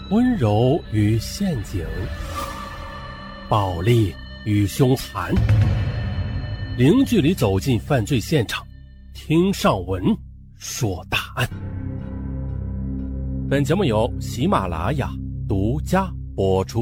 温柔与陷阱，暴力与凶残，零距离走进犯罪现场，听上文说大案。本节目由喜马拉雅独家播出。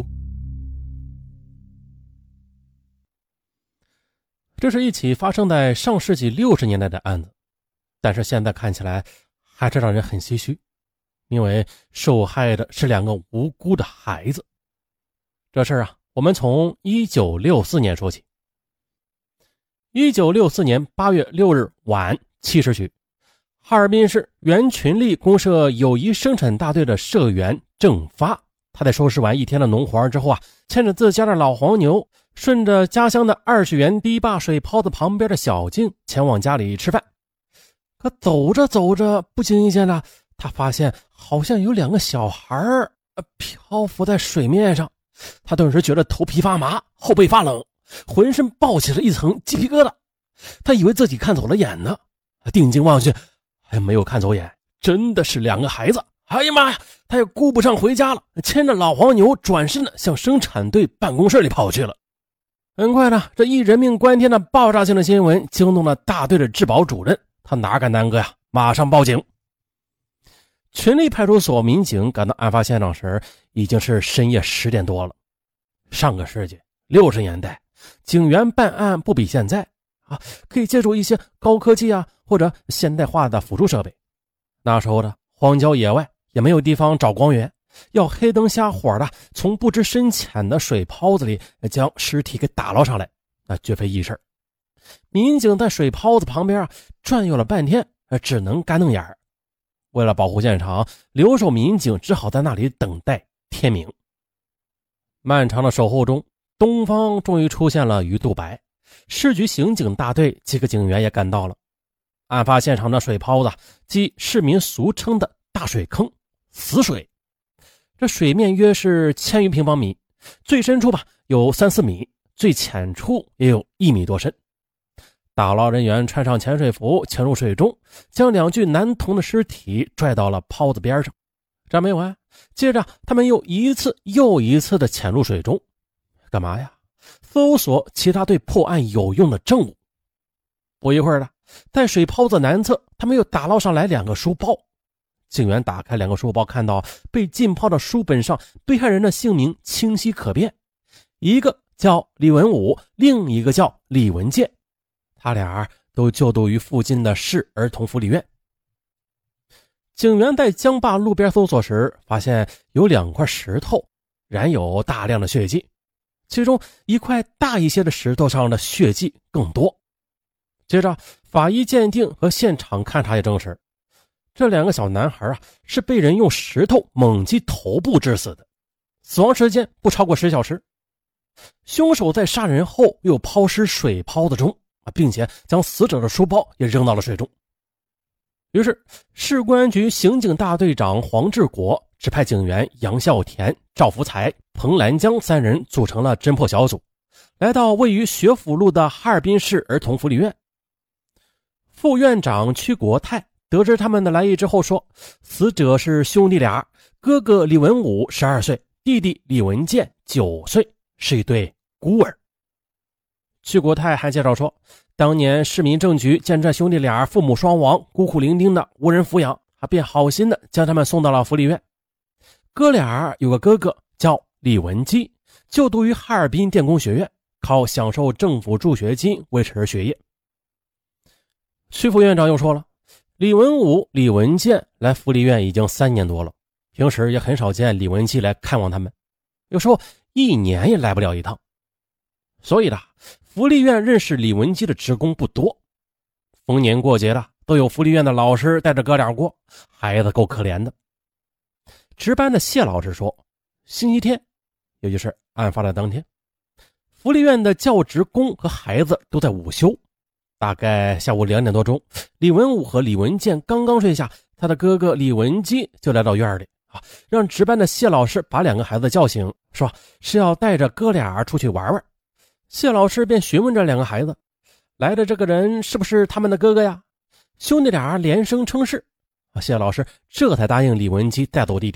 这是一起发生在上世纪60年代的案子，但是现在看起来还是让人很唏嘘，因为受害的是2个无辜的孩子。这事儿我们从1964年说起。1964年8月6日晚7时许，哈尔滨市原群力公社友谊生产大队的社员郑发，他在收拾完一天的农活之后牵着自家的老黄牛，顺着家乡的20元堤坝水泡子旁边的小径前往家里吃饭。可走着走着，不经意间他发现好像有2个小孩漂浮在水面上，他顿时觉得头皮发麻，后背发冷，浑身爆起了一层鸡皮疙瘩。他以为自己看走了眼呢，定睛望去，没有看走眼，真的是2个孩子。哎呀妈呀，他也顾不上回家了，牵着老黄牛转身向生产队办公室里跑去了。很快这一人命关天的爆炸性的新闻惊动了大队的治保主任，他哪敢耽搁马上报警。群力派出所民警赶到案发现场时，已经是深夜10点多了。上个世纪60年代，警员办案不比现在可以借助一些高科技或者现代化的辅助设备。那时候的荒郊野外也没有地方找光源，要黑灯瞎火的从不知深浅的水泡子里将尸体给打捞上来，那绝非易事。民警在水泡子旁边转悠了半天，只能干瞪眼儿。为了保护现场，留守民警只好在那里等待天明。漫长的守候中，东方终于出现了鱼肚白，市局刑警大队几个警员也赶到了。案发现场的水泡子即市民俗称的大水坑死水，这水面约是1000余平方米，最深处有3-4米，最浅处也有1米多深。打捞人员穿上潜水服潜入水中，将2具男童的尸体拽到了泡子边上。这没完，接着他们又一次又一次的潜入水中，干嘛呀？搜索其他对破案有用的证物。不一会儿在水泡子南侧，他们又打捞上来2个书包。警员打开2个书包，看到被浸泡的书本上被害人的姓名清晰可辨，一个叫李文武，另一个叫李文建，他俩都就读于附近的市儿童福利院。警员在江坝路边搜索时，发现有2块石头染有大量的血迹，其中一块大一些的石头上的血迹更多。接着法医鉴定和现场勘查也证实，这2个小男孩是被人用石头猛击头部致死的，死亡时间不超过10小时。凶手在杀人后又抛尸水泡子中，并且将死者的书包也扔到了水中。于是市公安局刑警大队长黄志国指派警员杨孝田、赵福才、彭兰江3人组成了侦破小组，来到位于学府路的哈尔滨市儿童福利院。副院长屈国泰得知他们的来意之后说，死者是兄弟俩，哥哥李文武12岁，弟弟李文建9岁，是一对孤儿。屈国泰还介绍说，当年市民政局见这兄弟俩父母双亡，孤苦伶仃的无人抚养，便好心的将他们送到了福利院。哥俩有个哥哥叫李文基，就读于哈尔滨电工学院，靠享受政府助学金维持学业。徐副院长又说了，李文武、李文建来福利院已经3年多了，平时也很少见李文基来看望他们，有时候1年也来不了一趟。所以福利院认识李文基的职工不多，逢年过节都有福利院的老师带着哥俩过，孩子够可怜的。值班的谢老师说，星期天，也就是案发的当天，福利院的教职工和孩子都在午休，大概下午2点多钟，李文武和李文建刚刚睡下，他的哥哥李文基就来到院里让值班的谢老师把2个孩子叫醒，说是要带着哥俩出去玩玩。谢老师便询问这2个孩子，来的这个人是不是他们的哥哥呀？兄弟俩连声称是，谢老师这才答应李文基带走弟弟。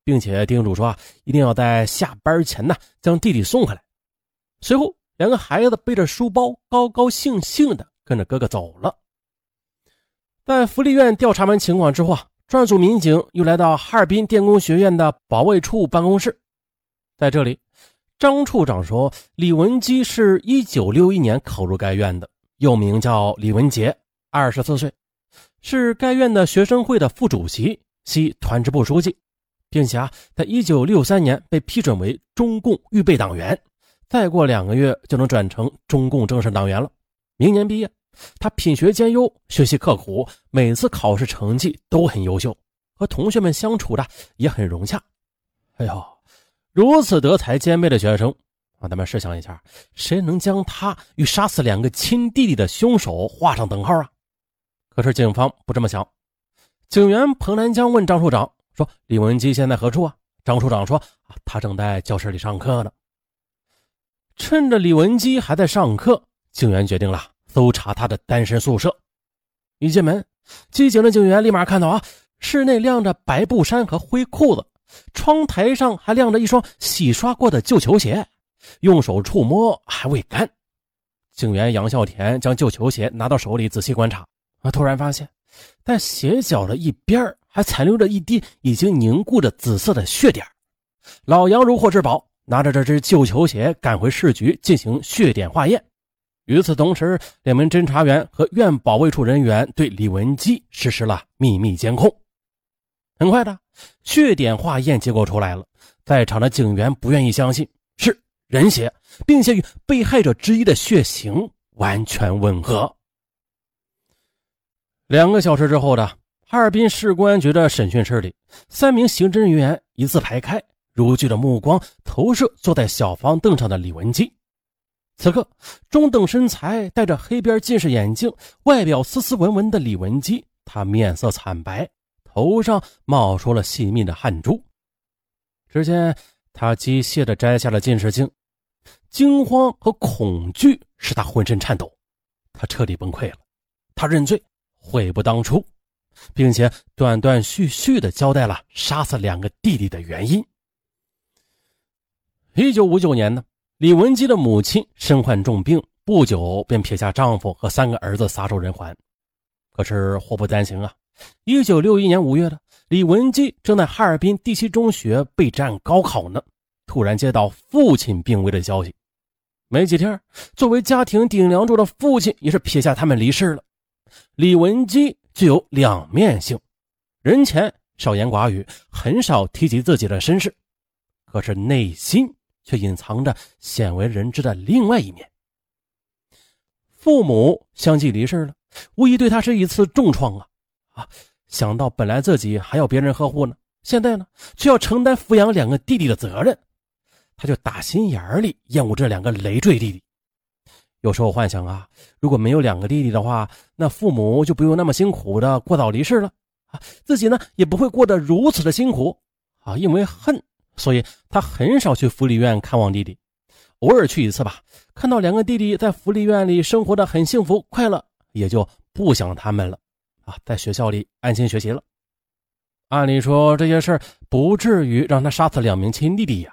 并且叮嘱说一定要在下班前呢将弟弟送回来。随后两个孩子背着书包高高兴兴的跟着哥哥走了。在福利院调查完情况之后专案组民警又来到哈尔滨电工学院的保卫处办公室。在这里，张处长说李文基是1961年考入该院的，又名叫李文杰，24岁，是该院的学生会的副主席，系团支部书记，并且在1963年被批准为中共预备党员，再过2个月就能转成中共正式党员了。明年毕业，他品学兼优，学习刻苦，每次考试成绩都很优秀，和同学们相处的也很融洽。哎呦，如此德才兼备的学生咱们试想一下，谁能将他与杀死2个亲弟弟的凶手画上等号啊？可是警方不这么想。警员彭南江问张处长说李文基现在何处啊？张处长说他正在教室里上课呢。趁着李文基还在上课，警员决定了搜查他的单身宿舍。一进门，机警的警员立马看到室内晾着白布衫和灰裤子，窗台上还晾着一双洗刷过的旧球鞋，用手触摸还未干。警员杨孝田将旧球鞋拿到手里仔细观察，突然发现在鞋脚的一边还残留着一滴已经凝固着紫色的血点。老杨如获至宝，拿着这只旧球鞋赶回市局进行血点化验。与此同时，2名侦查员和院保卫处人员对李文基实施了秘密监控。很快的，血点化验结果出来了，在场的警员不愿意相信是人血，并且与被害者之一的血型完全吻合。2个小时之后的哈尔滨市公安局的审讯室里，3名刑侦人员一字排开，如炬的目光投射坐在小方凳上的李文基。此刻，中等身材，戴着黑边近视眼镜，外表斯斯文文的李文基，他面色惨白，头上冒出了细密的汗珠。只见他机械地摘下了近视镜，惊慌和恐惧使他浑身颤抖，他彻底崩溃了。他认罪，悔不当初，并且断断续续地交代了杀死2个弟弟的原因。1959年呢，李文基的母亲身患重病，不久便撇下丈夫和3个儿子撒手人寰。可是祸不单行1961年5月的，李文基正在哈尔滨第7中学备战高考呢，突然接到父亲病危的消息。没几天，作为家庭顶梁柱的父亲也是撇下他们离世了。李文基具有2面性，人前少言寡语，很少提及自己的身世，可是内心却隐藏着鲜为人知的另外一面。父母相继离世了，无疑对他是一次重创想到本来自己还要别人呵护呢，现在呢却要承担抚养2个弟弟的责任，他就打心眼里厌恶这2个累赘弟弟。有时候幻想如果没有2个弟弟的话，那父母就不用那么辛苦的过早离世了自己呢也不会过得如此的辛苦因为恨，所以他很少去福利院看望弟弟，偶尔去一次吧，看到2个弟弟在福利院里生活得很幸福快乐，也就不想他们了在学校里安心学习了。按理说这些事不至于让他杀死2名亲弟弟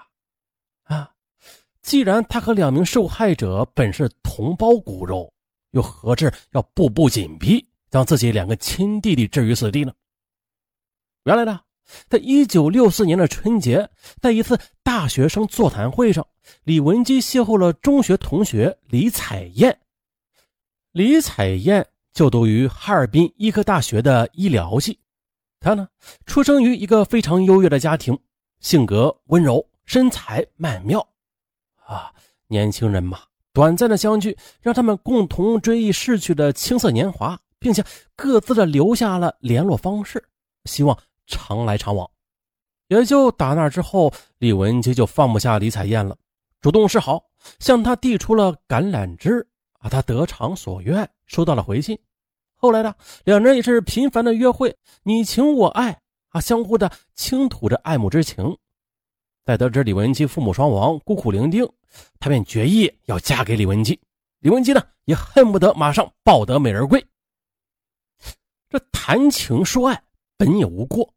既然他和2名受害者本是同胞骨肉，又何至要步步紧逼，将自己2个亲弟弟置于死地呢？原来呢，在1964年的春节，在一次大学生座谈会上，李文基邂逅了中学同学李彩燕。李彩燕就读于哈尔滨医科大学的医疗系，她呢出生于一个非常优越的家庭，性格温柔，身材曼妙年轻人嘛，短暂的相聚让他们共同追忆逝去的青涩年华，并且各自的留下了联络方式，希望常来常往。也就打那之后，李文基就放不下李彩燕了，主动示好，向她递出了橄榄枝她得偿所愿，收到了回信。后来呢，2人也是频繁的约会，你情我爱相互的倾吐着爱慕之情。在得知李文基父母双亡，孤苦伶仃，他便决意要嫁给李文基。李文基呢也恨不得马上抱得美人归。这谈情说爱本也无过，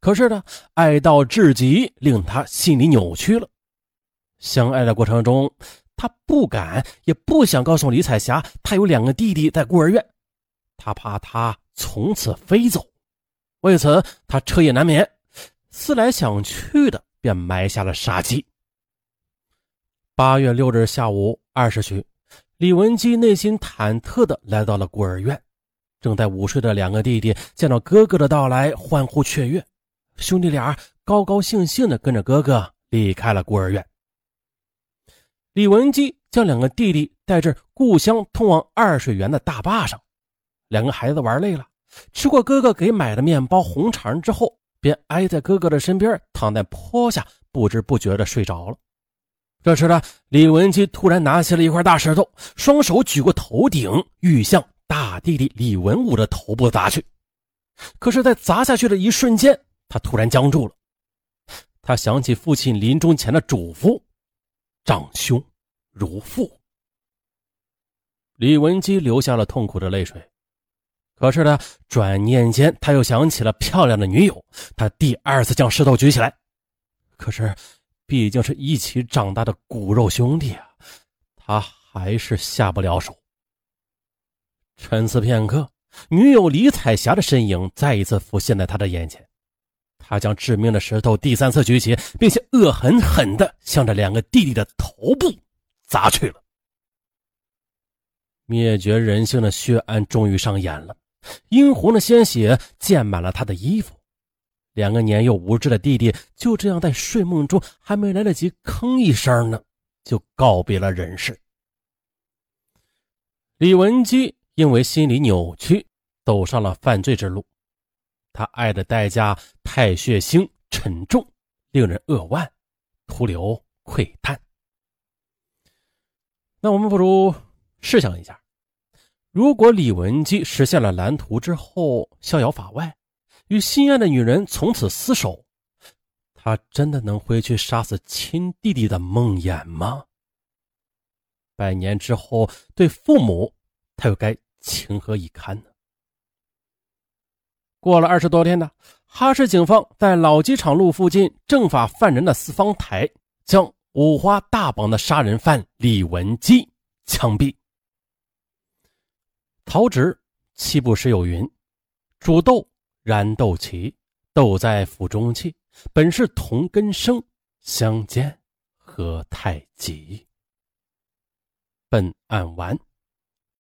可是呢，爱到至极，令他心里扭曲了。相爱的过程中，他不敢也不想告诉李彩霞他有2个弟弟在孤儿院，他怕他从此飞走。为此他彻夜难眠，思来想去的便埋下了杀机。8月6日下午2时许，李文基内心忐忑地来到了孤儿院。正在午睡的2个弟弟见到哥哥的到来，欢呼雀跃，兄弟俩高高兴兴地跟着哥哥离开了孤儿院。李文基将2个弟弟带至故乡通往2水园的大坝上，2个孩子玩累了，吃过哥哥给买的面包红肠之后，便挨在哥哥的身边，躺在坡下，不知不觉地睡着了。这时呢，李文基突然拿起了一块大石头，双手举过头顶，欲向大弟弟李文武的头部砸去。可是在砸下去的一瞬间，他突然僵住了。他想起父亲临终前的嘱咐，长兄如父。李文基流下了痛苦的泪水。可是呢，转念间他又想起了漂亮的女友，他第2次将石头举起来。可是毕竟是一起长大的骨肉兄弟啊，他还是下不了手。沉思片刻，女友李彩霞的身影再一次浮现在他的眼前。他将致命的石头第3次举起，并且恶狠狠地向着2个弟弟的头部砸去了。灭绝人性的血案终于上演了，殷红的鲜血溅满了他的衣服。2个年幼无知的弟弟就这样在睡梦中，还没来得及吭一声呢，就告别了人世。李文基因为心理扭曲，走上了犯罪之路。他爱的代价太血腥沉重，令人扼腕，徒留喟叹。那我们不如试想一下，如果李文基实现了蓝图之后逍遥法外，与心爱的女人从此厮守，他真的能回去杀死亲弟弟的梦魇吗？100年之后，对父母他又该情何以堪呢？过了20多天呢，哈市警方在老机场路附近正法犯人的四方台，将五花大绑的杀人犯李文基枪毙。陶植七步诗有云：煮豆燃豆萁，豆在釜中泣，本是同根生，相煎何太急。本案完。